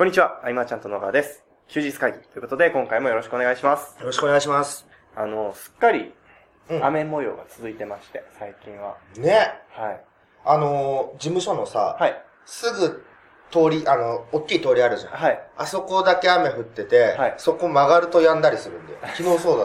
こんにちは、あいまちゃんと野川です。休日会議ということで、今回もよろしくお願いします。 よろしくお願いします。 すっかり雨模様が続いてまして、最近は。 ね。 はい。 事務所のさ、 はい。 すぐ通り、大きい通りあるじゃん。 はい。 あそこだけ雨降ってて、 はい。 そこ曲がると止んだりするんで。昨日そうだった。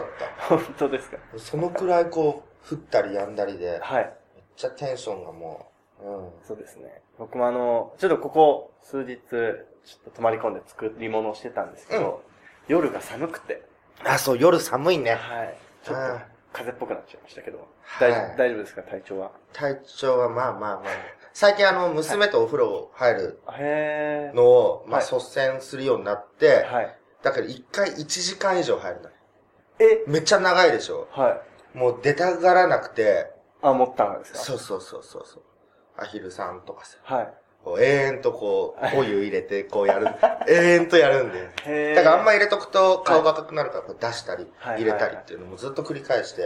本当ですか？ そのくらいこう、降ったり止んだりで、 はい。 めっちゃテンションがもう、 そうですね。僕もちょっとここ数日、ちょっと泊まり込んで作り物をしてたんですけど、夜が寒くて。 そう、夜寒いね。 はい。ちょっと風邪っぽくなっちゃいましたけど、 はい、 大丈夫ですか、体調は？ 体調はまあ。最近娘とお風呂入るのを、率先するようになって、はい。だから1回1時間以上入るんだね。めっちゃ長いでしょ？はい。もう出たがらなくて。 持ったんですか？ そう。アヒルさんとかさ。 はい。 こう永遠とこう、お湯入れてこうやる。永遠とやるんで。だからあんま入れとくと顔が赤くなるからこう出したり、入れたりっていうのもずっと繰り返して。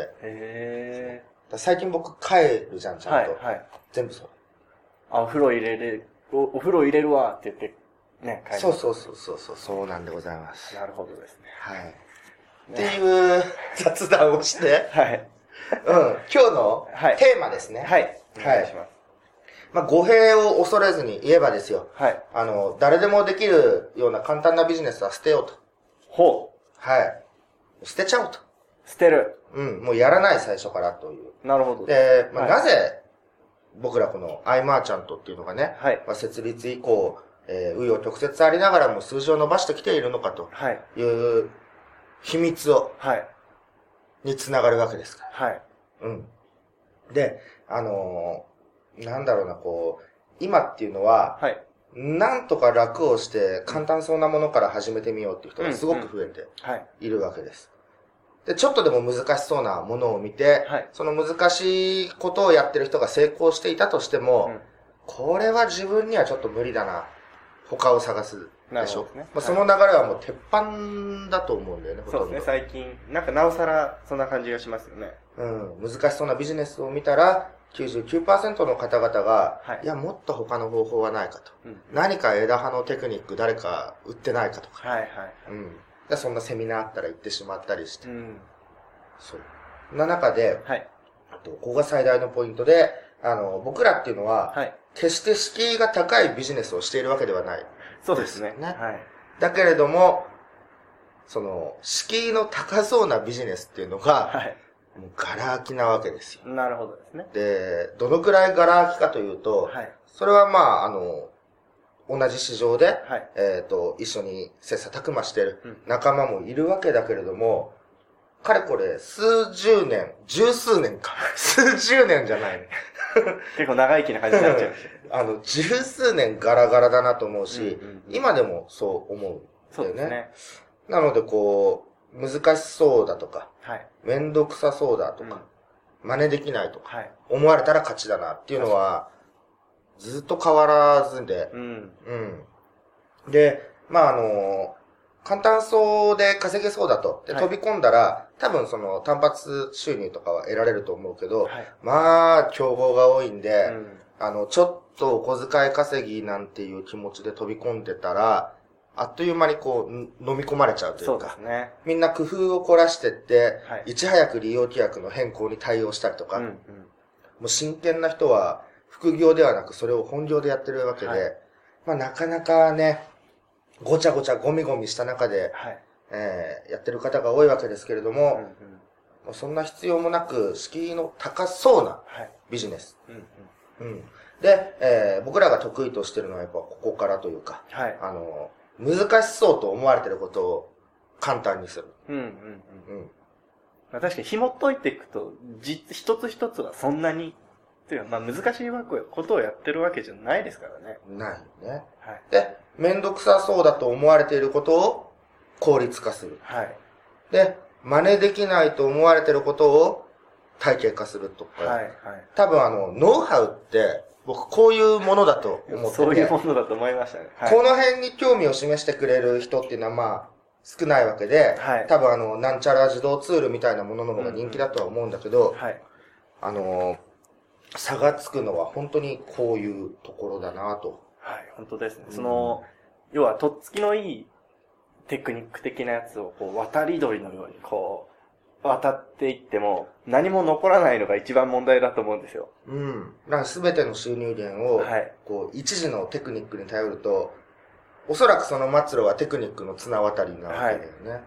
最近僕帰るじゃん、ちゃんと。はい。全部そう。 お風呂入れるわって言って、ね、帰る。 そうなんでございます。 なるほどですね。 はい。っていう雑談をして、 はい。 今日のテーマですね。 はい。お願いします。 語弊を恐れずに言えばですよ。はい。誰でもできるような簡単なビジネスは捨てようと。 ほう。 はい。捨てちゃおうと。 捨てる。 もうやらない最初からという。 なるほど。 で、なぜ、僕らこのアイマーチャントっていうのがね、はい。設立以降、紆余曲折ありながらも数字を伸ばしてきているのかという秘密を、はい。につながるわけですから。はい。で、なんだろうな、こう、今っていうのは、はい。なんとか楽をして簡単そうなものから始めてみようっていう人がすごく増えているわけです。で、ちょっとでも難しそうなものを見て、はい。その難しいことをやってる人が成功していたとしても、これは自分にはちょっと無理だな。他を探すでしょ。ね。その流れはもう鉄板だと思うんだよね、 そうですね、最近。なんかなおさらそんな感じがしますよね。 難しそうなビジネスを見たら、99% の方々が、はい、いや、もっと他の方法はないかと。何か枝葉のテクニック誰か売ってないかとか。はいはい。でそんなセミナーあったら行ってしまったりして。そう。そんな中で、はい。ここが最大のポイントで、僕らっていうのは、はい。決して敷居が高いビジネスをしているわけではない。 そうですね。はい。 だけれども、その、敷居の高そうなビジネスっていうのが、はい。もうガラ空きなわけですよ。 なるほどですね。 で、どのくらいガラ空きかというと、はい、それは同じ市場で、はい、一緒に切磋琢磨している仲間もいるわけだけれども、かれこれ数十年、十数年か。数十年じゃないね。 結構長生きな感じになっちゃいました。 十数年ガラガラだなと思うし、今でもそう思うんだよね。 そうですね。 なのでこう、難しそうだとか、はい、めんどくさそうだとか、真似できないとか、はい、思われたら勝ちだなっていうのは、ずっと変わらずで、で、簡単そうで稼げそうだと、で飛び込んだら、多分その単発収入とかは得られると思うけど、はい、競合が多いんで、ちょっとお小遣い稼ぎなんていう気持ちで飛び込んでたら、あっという間にこう、飲み込まれちゃうというか。そうですね。みんな工夫を凝らしてって、はい、いち早く利用規約の変更に対応したりとか、もう真剣な人は、副業ではなくそれを本業でやってるわけで、はい、なかなかね、ごちゃごちゃゴミゴミした中で、はい、やってる方が多いわけですけれども、もうそんな必要もなく、敷居の高そうなビジネス。で、僕らが得意としてるのはやっぱここからというか、はい、難しそうと思われてることを簡単にする。 確かに紐解いていくと、一つ一つはそんなに、難しいことをやってるわけじゃないですからね。 ないね。はい、で、めんどくさそうだと思われていることを効率化する。はい、で、真似できないと思われていることを体系化するとか。はいはい、多分ノウハウって、僕こういうものだと思ってて。 そういうものだと思いましたね。 はい、この辺に興味を示してくれる人っていうのは少ないわけで、はい、多分なんちゃら自動ツールみたいなものの方が人気だとは思うんだけど、はい、差がつくのは本当にこういうところだなと。 はい、本当ですね。 要はとっつきのいいテクニック的なやつをこう渡り鳥のようにこう渡っていっても何も残らないのが一番問題だと思うんですよ。 うん。だから全ての収入源を、 はい、こう一時のテクニックに頼ると、おそらくその末路はテクニックの綱渡りなわけだよね。はい、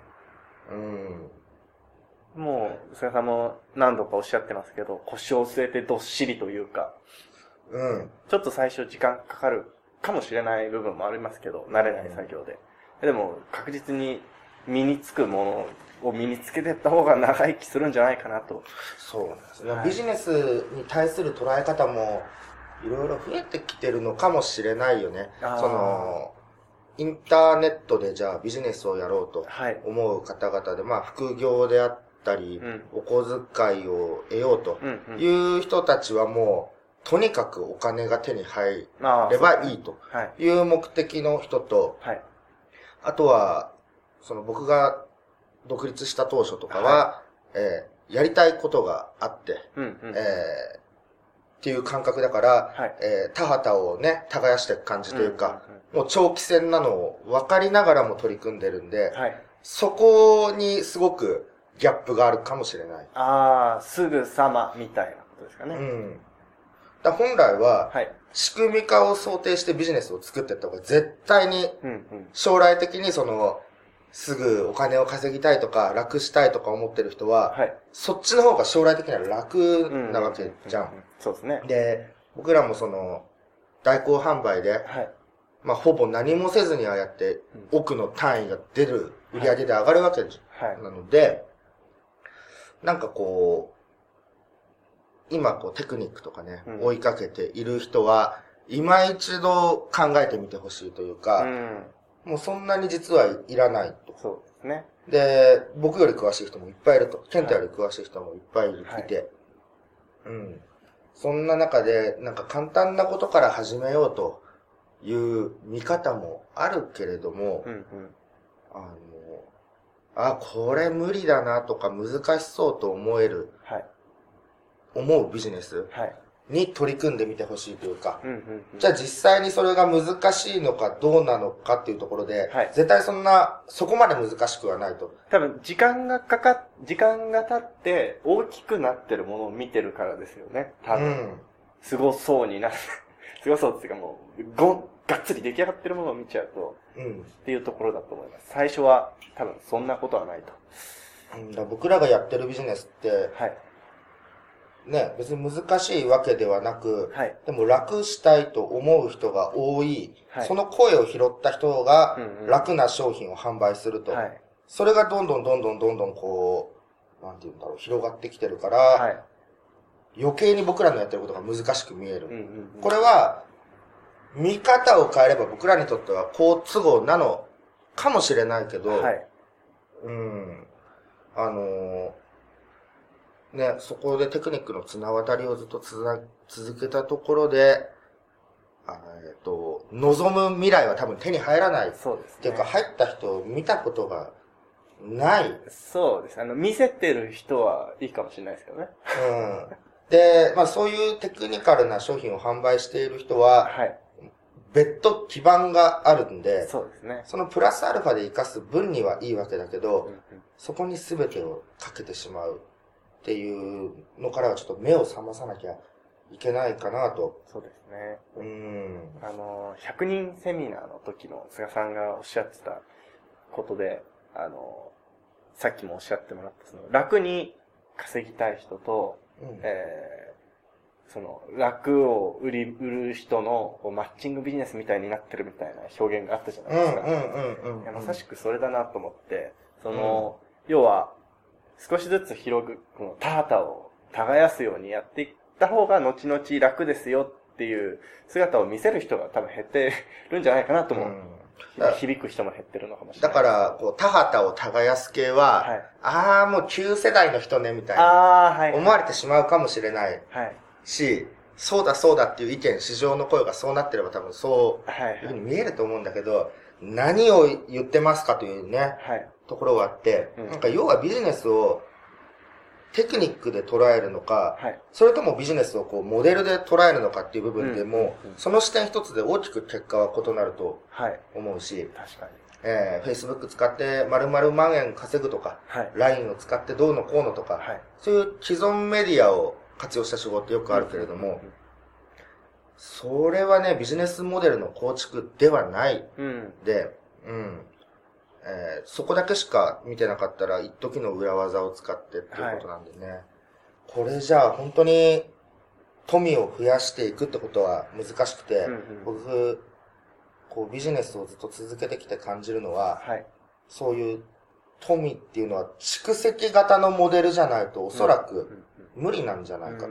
もう、菅さんも何度かおっしゃってますけど、腰を据えてどっしりというか、ちょっと最初時間かかるかもしれない部分もありますけど、慣れない作業で。でも、確実に身につくものを身につけていった方が長生きするんじゃないかなと。 そうなんですね。はい、ビジネスに対する捉え方も、いろいろ増えてきてるのかもしれないよね。インターネットでじゃあビジネスをやろうと思う方々で、まあ副業であったり、お小遣いを得ようという人たちはもう、とにかくお金が手に入ればいいという目的の人と、あとは、僕が独立した当初とかは、やりたいことがあって、っていう感覚だから、田畑をね、耕していく感じというか、もう長期戦なのを分かりながらも取り組んでるんで、そこにすごくギャップがあるかもしれない。 ああ、すぐさまみたいなことですかね。 本来は、仕組み化を想定してビジネスを作っていった方が絶対に、将来的にすぐお金を稼ぎたいとか、楽したいとか思ってる人は、そっちの方が将来的には楽なわけじゃん。 そうですね。 で、僕らも代行販売で、まあ、ほぼ何もせずにああやって、億の単位が出る、売り上げで上がるわけなので、なんか今テクニックとかね、追いかけている人は、今一度考えてみてほしいというか、もうそんなに実はいらないと。 そうですね。 で、僕より詳しい人もいっぱいいると。健太より詳しい人もいっぱいいて、そんな中で、なんか簡単なことから始めようという見方もあるけれども、これ無理だなとか難しそうと思うビジネスに取り組んでみてほしいというか、じゃあ実際にそれが難しいのかどうなのかっていうところで、絶対そこまで難しくはないと。 多分時間が経って大きくなってるものを見てるからですよね。多分。すごそうになる。すごそうっていうかもう、がっつり出来上がってるものを見ちゃうと、っていうところだと思います。最初は多分そんなことはないと。 僕らがやってるビジネスって、ね、別に難しいわけではなく、でも楽したいと思う人が多い、その声を拾った人が楽な商品を販売すると。それがどんどんなんていうんだろう、広がってきてるから、余計に僕らのやってることが難しく見える。これは、見方を変えれば僕らにとっては好都合なのかもしれないけど、ね、そこでテクニックの綱渡りをずっと続けたところで、望む未来は多分手に入らない。 そうですね。 っていうか、入った人を見たことがない。 そうです。見せてる人はいいかもしれないですけどね。 で、まあそういうテクニカルな商品を販売している人は、別途基盤があるんで、 そうですね。 そのプラスアルファで活かす分にはいいわけだけど、そこに全てをかけてしまうっていうのからはちょっと目を覚まさなきゃいけないかなと。 そうですね。100人セミナーの時の菅さんがおっしゃってたことで、さっきもおっしゃってもらった楽に稼ぎたい人と、楽を売る人のマッチングビジネスみたいになってるみたいな表現があったじゃないですか。まさしくそれだなと思って、要は、少しずつ広く、田畑を耕すようにやっていった方が後々楽ですよっていう姿を見せる人が多分減ってるんじゃないかなと思う。響く人も減ってるのかもしれない。 だから、田畑を耕す系は、もう旧世代の人ね、みたいな。思われてしまうかもしれない。し、そうだっていう意見、市場の声がそうなってれば多分そういうふうに見えると思うんだけど、何を言ってますかというね、ところがあって、なんか要はビジネスをテクニックで捉えるのか、はい、それともビジネスをこうモデルで捉えるのかっていう部分でも、その視点一つで大きく結果は異なると思うし、 確かに。 Facebook 使って〇〇万円稼ぐとか、はい、LINE を使ってどうのこうのとか、はい、そういう既存メディアを活用した手法ってよくあるけれども、それはね、ビジネスモデルの構築ではないで、そこだけしか見てなかったら、一時の裏技を使ってっていうことなんでね。はい、これじゃあ本当に富を増やしていくってことは難しくて、僕、こうビジネスをずっと続けてきて感じるのは、はい、そういう富っていうのは蓄積型のモデルじゃないとおそらく無理なんじゃないかと。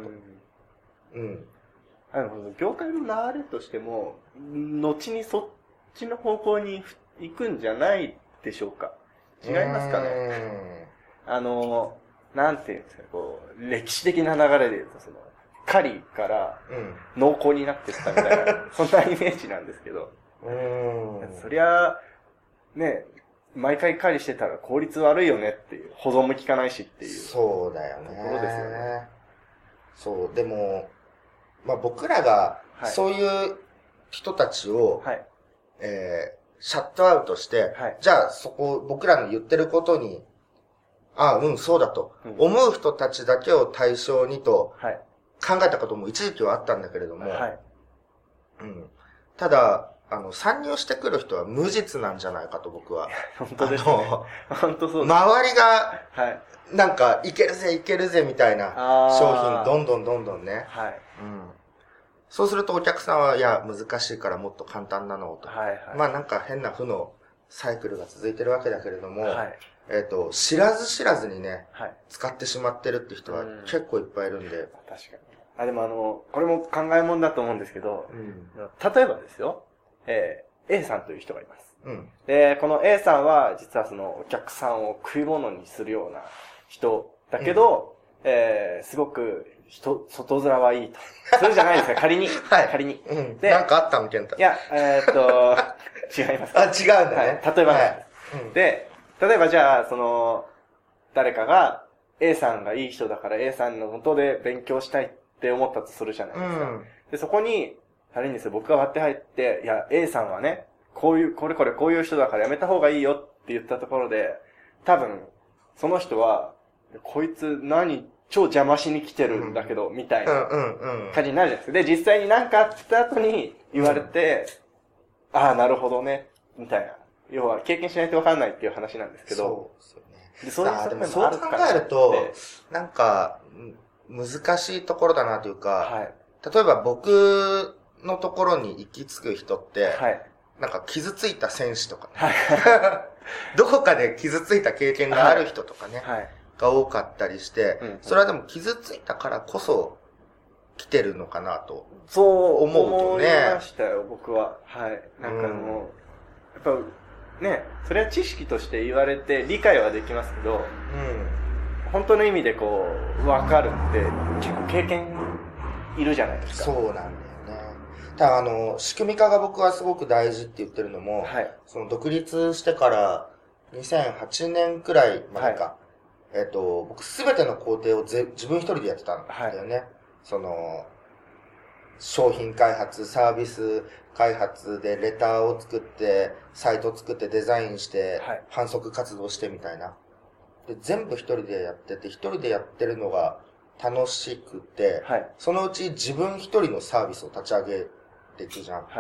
業界の流れとしても、後にそっちの方向に行くんじゃないでしょうか。違いますかね。なんていうんですか、こう、歴史的な流れで言うと、狩りから濃厚になっていったみたいな、そんなイメージなんですけど。そりゃ、ね、毎回狩りしてたら効率悪いよねっていう、保存も効かないしっていう。 そうだよね。ところですよね。そう、でも、まあ僕らが、そういう人たちを、はい、シャットアウトして、はい、じゃあそこ、僕らの言ってることに、そうだと、思う人たちだけを対象にと、考えたことも一時期はあったんだけれども、はい、ただ、参入してくる人は無実なんじゃないかと僕は。 本当ですね。本当そうです。 周りが、なんか、いけるぜいけるぜみたいな商品、どんどんね。はい。そうするとお客さんは、いや、難しいからもっと簡単なのと。まあなんか変な負のサイクルが続いてるわけだけれども、知らず知らずにね、使ってしまってるって人は結構いっぱいいるんで。 確かに。でもこれも考えもんだと思うんですけど、例えばですよ、A さんという人がいます。で、この A さんは、実はお客さんを食い物にするような人だけど、すごく外面はいいと。それじゃないですか、仮に。はい。仮に。 で、なんかあったの、ケンタ。 いや、違います。 違うんだね。 例えば、で、例えばじゃあ、誰かが A さんがいい人だから A さんの元で勉強したいって思ったとするじゃないですか。で、そこに、仮にですよ、僕が割って入って、いや、A さんはね、これこういう人だからやめた方がいいよって言ったところで、多分、その人は、こいつ超邪魔しに来てるんだけど、みたいな感じになるじゃないですか。で、実際に何かあった後に言われて、なるほどね、みたいな。要は、経験しないと分かんないっていう話なんですけど。 そうですよね。でもそう考えると、なんか、難しいところだなというか、例えば僕のところに行き着く人って、なんか傷ついた選手とか、どこかで傷ついた経験がある人とかね、が多かったりして、それはでも傷ついたからこそ来てるのかなと。 そう思うとね。思いましたよ、僕は。はい。なんかやっぱね、それは知識として言われて理解はできますけど、本当の意味でこう、わかるって結構経験いるじゃないですか。 そうなんだよね。ただ仕組み化が僕はすごく大事って言ってるのも、その独立してから2008年くらいまでか、僕すべての工程を自分一人でやってたんだよね。商品開発、サービス開発でレターを作って、サイト作ってデザインして、販促活動してみたいな。で、全部一人でやってて、一人でやってるのが楽しくて、そのうち自分一人のサービスを立ち上げていくじゃん。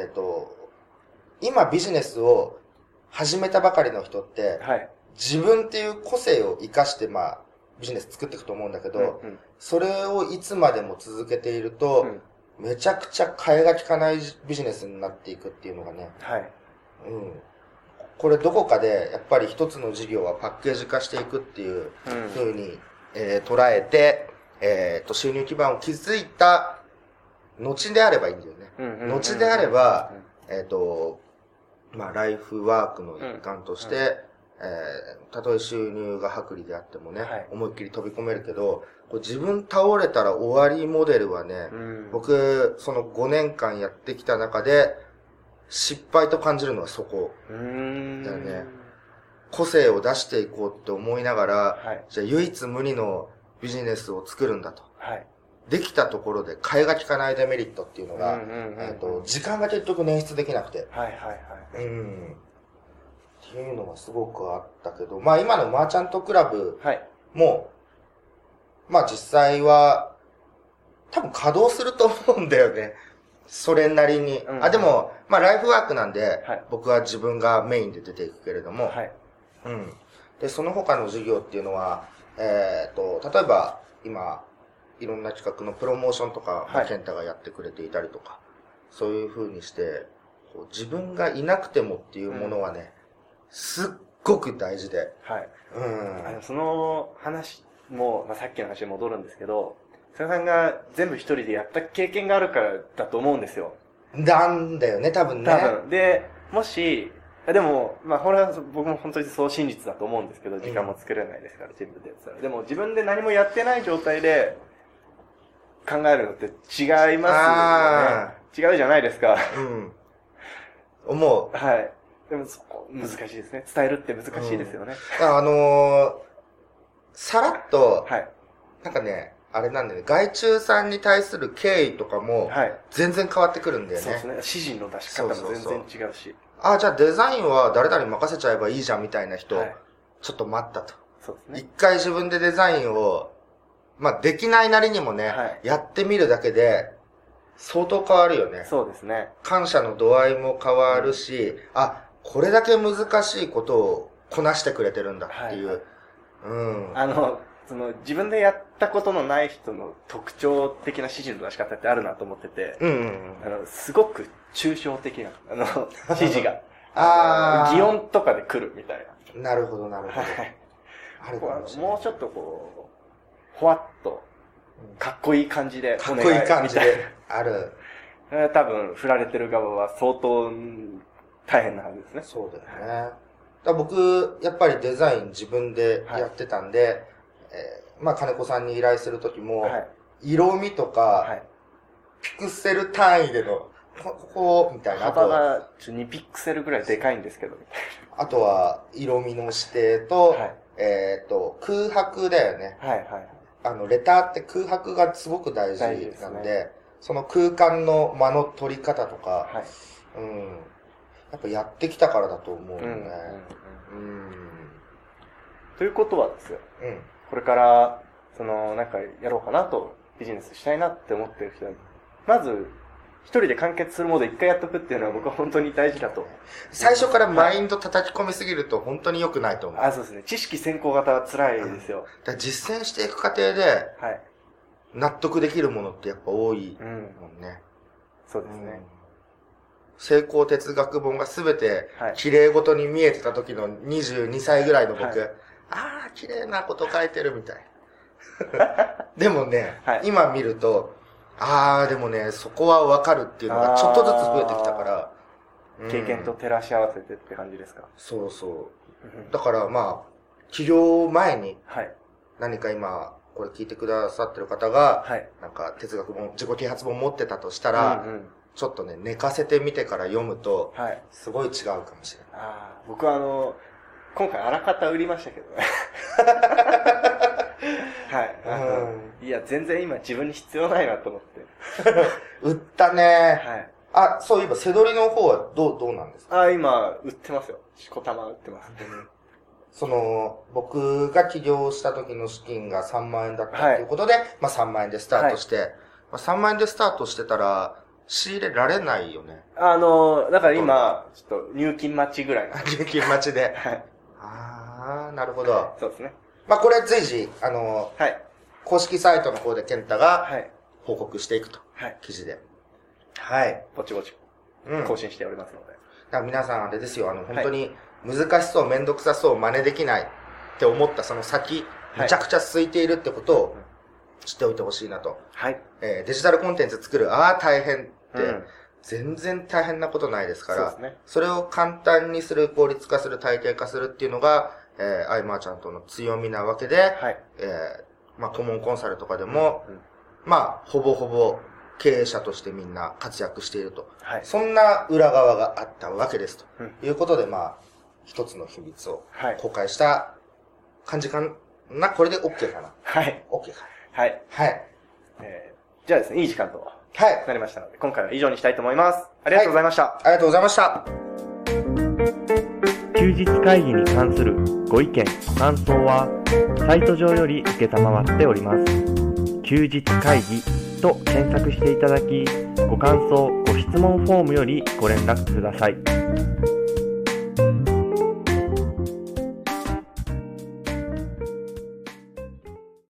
今ビジネスを始めたばかりの人って、自分っていう個性を活かして、ビジネス作っていくと思うんだけど、それをいつまでも続けていると、めちゃくちゃ替えが利かないビジネスになっていくっていうのがね。これどこかで、やっぱり一つの事業はパッケージ化していくっていう風に、捉えて、収入基盤を築いた後であればいいんだよね。後であれば、ライフワークの一環として、たとえ収入が薄利であってもね、思いっきり飛び込めるけど、自分倒れたら終わりモデルはね、僕、その5年間やってきた中で、失敗と感じるのはそこ。だよね。個性を出していこうって思いながら、じゃあ唯一無二のビジネスを作るんだと。はい。できたところで替えが利かないデメリットっていうのが、時間が結局捻出できなくて。はいはいはい。っていうのがすごくあったけど、まあ今のマーチャントクラブも、まあ実際は、多分稼働すると思うんだよね。それなりに。でも、まあライフワークなんで、僕は自分がメインで出ていくけれども、で、その他の授業っていうのは、例えば、今、いろんな企画のプロモーションとか、ケンタがやってくれていたりとか、そういう風にして、自分がいなくてもっていうものはね、すっごく大事で。はい。 その話も、さっきの話に戻るんですけど、菅さんが全部一人でやった経験があるからだと思うんですよ。 なんだよね、多分ね。多分。 で、もし、でも、これは僕も本当にそう真実だと思うんですけど、時間も作れないですから、自分でやってたら。でも自分で何もやってない状態で考えるのって違いますよね。違うじゃないですか。 思う。 はい。でもそこ、難しいですね。伝えるって難しいですよね。 さらっと、なんかね、あれなんだよね、外注さんに対する敬意とかも、全然変わってくるんだよね。 そうですね。指示の出し方も全然違うし。 じゃあデザインは誰々に任せちゃえばいいじゃんみたいな人、ちょっと待ったと。そうですね。一回自分でデザインを、できないなりにもね、やってみるだけで、相当変わるよね。 そうですね。 感謝の度合いも変わるし、これだけ難しいことをこなしてくれてるんだっていう。 自分でやったことのない人の特徴的な指示の出し方ってあるなと思ってて、すごく抽象的な、指示が。擬音とかで来るみたいな。なるほど、なるほど。 あるかもしれない。もうちょっとほわっと、かっこいい感じでお願い。かっこいい感じで、ある。 多分、振られてる側は相当大変なはずですね。 そうだよね。僕、やっぱりデザイン自分でやってたんで、金子さんに依頼するときも、色味とか、ピクセル単位での、ここ、みたいな。 幅が2ピクセルぐらいでかいんですけど、 あとは、色味の指定と、空白だよね。レターって空白がすごく大事なんで、その空間の間の取り方とか、やっぱやってきたからだと思うね。 ということはですよ。これから、やろうかなと、ビジネスしたいなって思ってる人は、まず、一人で完結するモード一回やっとくっていうのは僕は本当に大事だと。 最初からマインド叩き込みすぎると本当に良くないと思う。 そうですね。知識先行型は辛いですよ。 実践していく過程で、納得できるものってやっぱ多いもんね。 そうですね。 成功哲学本がすべて綺麗ごとに見えてた時の22歳ぐらいの僕、綺麗なこと書いてるみたい。でもね、今見ると、でもね、そこはわかるっていうのがちょっとずつ増えてきたから。 経験と照らし合わせてって感じですか？ そうそう。だから起業前に、何か今、これ聞いてくださってる方が、なんか哲学本、自己啓発本持ってたとしたら、ちょっとね、寝かせてみてから読むと、すごい違うかもしれない。 僕は今回あらかた売りましたけどね。いや、全然今自分に必要ないなと思って。 売ったね。そういえば、背取りの方はどうなんですか？ 今、売ってますよ。しこたま売ってます。 僕が起業した時の資金が3万円だったということで、3万円でスタートして、3万円でスタートしてたら、仕入れられないよね。 だから今、ちょっと入金待ちぐらい。 入金待ちで。なるほど。 そうですね。 これ随時、公式サイトの方で健太が報告していくと。記事で。 ぼちぼち更新しておりますので。 皆さんあれですよ、本当に難しそう、めんどくさそう、真似できないって思ったその先、めちゃくちゃ空いているってことを知っておいてほしいなと。デジタルコンテンツ作る、大変って、全然大変なことないですから、それを簡単にする、効率化する、体系化するっていうのが、アイマーチャントの強みなわけで、顧問コンサルとかでも、ほぼほぼ経営者としてみんな活躍していると。そんな裏側があったわけですと。いうことで、一つの秘密を公開した感じかこれで OK かな。 はい。 OK かな。はい。 はい。 じゃあですね、いい時間となりましたので、今回は以上にしたいと思います。ありがとうございました。 ありがとうございました。 休日会議に関するご意見、ご感想は、サイト上より受けたまわっております。休日会議と検索していただき、ご感想、ご質問フォームよりご連絡ください。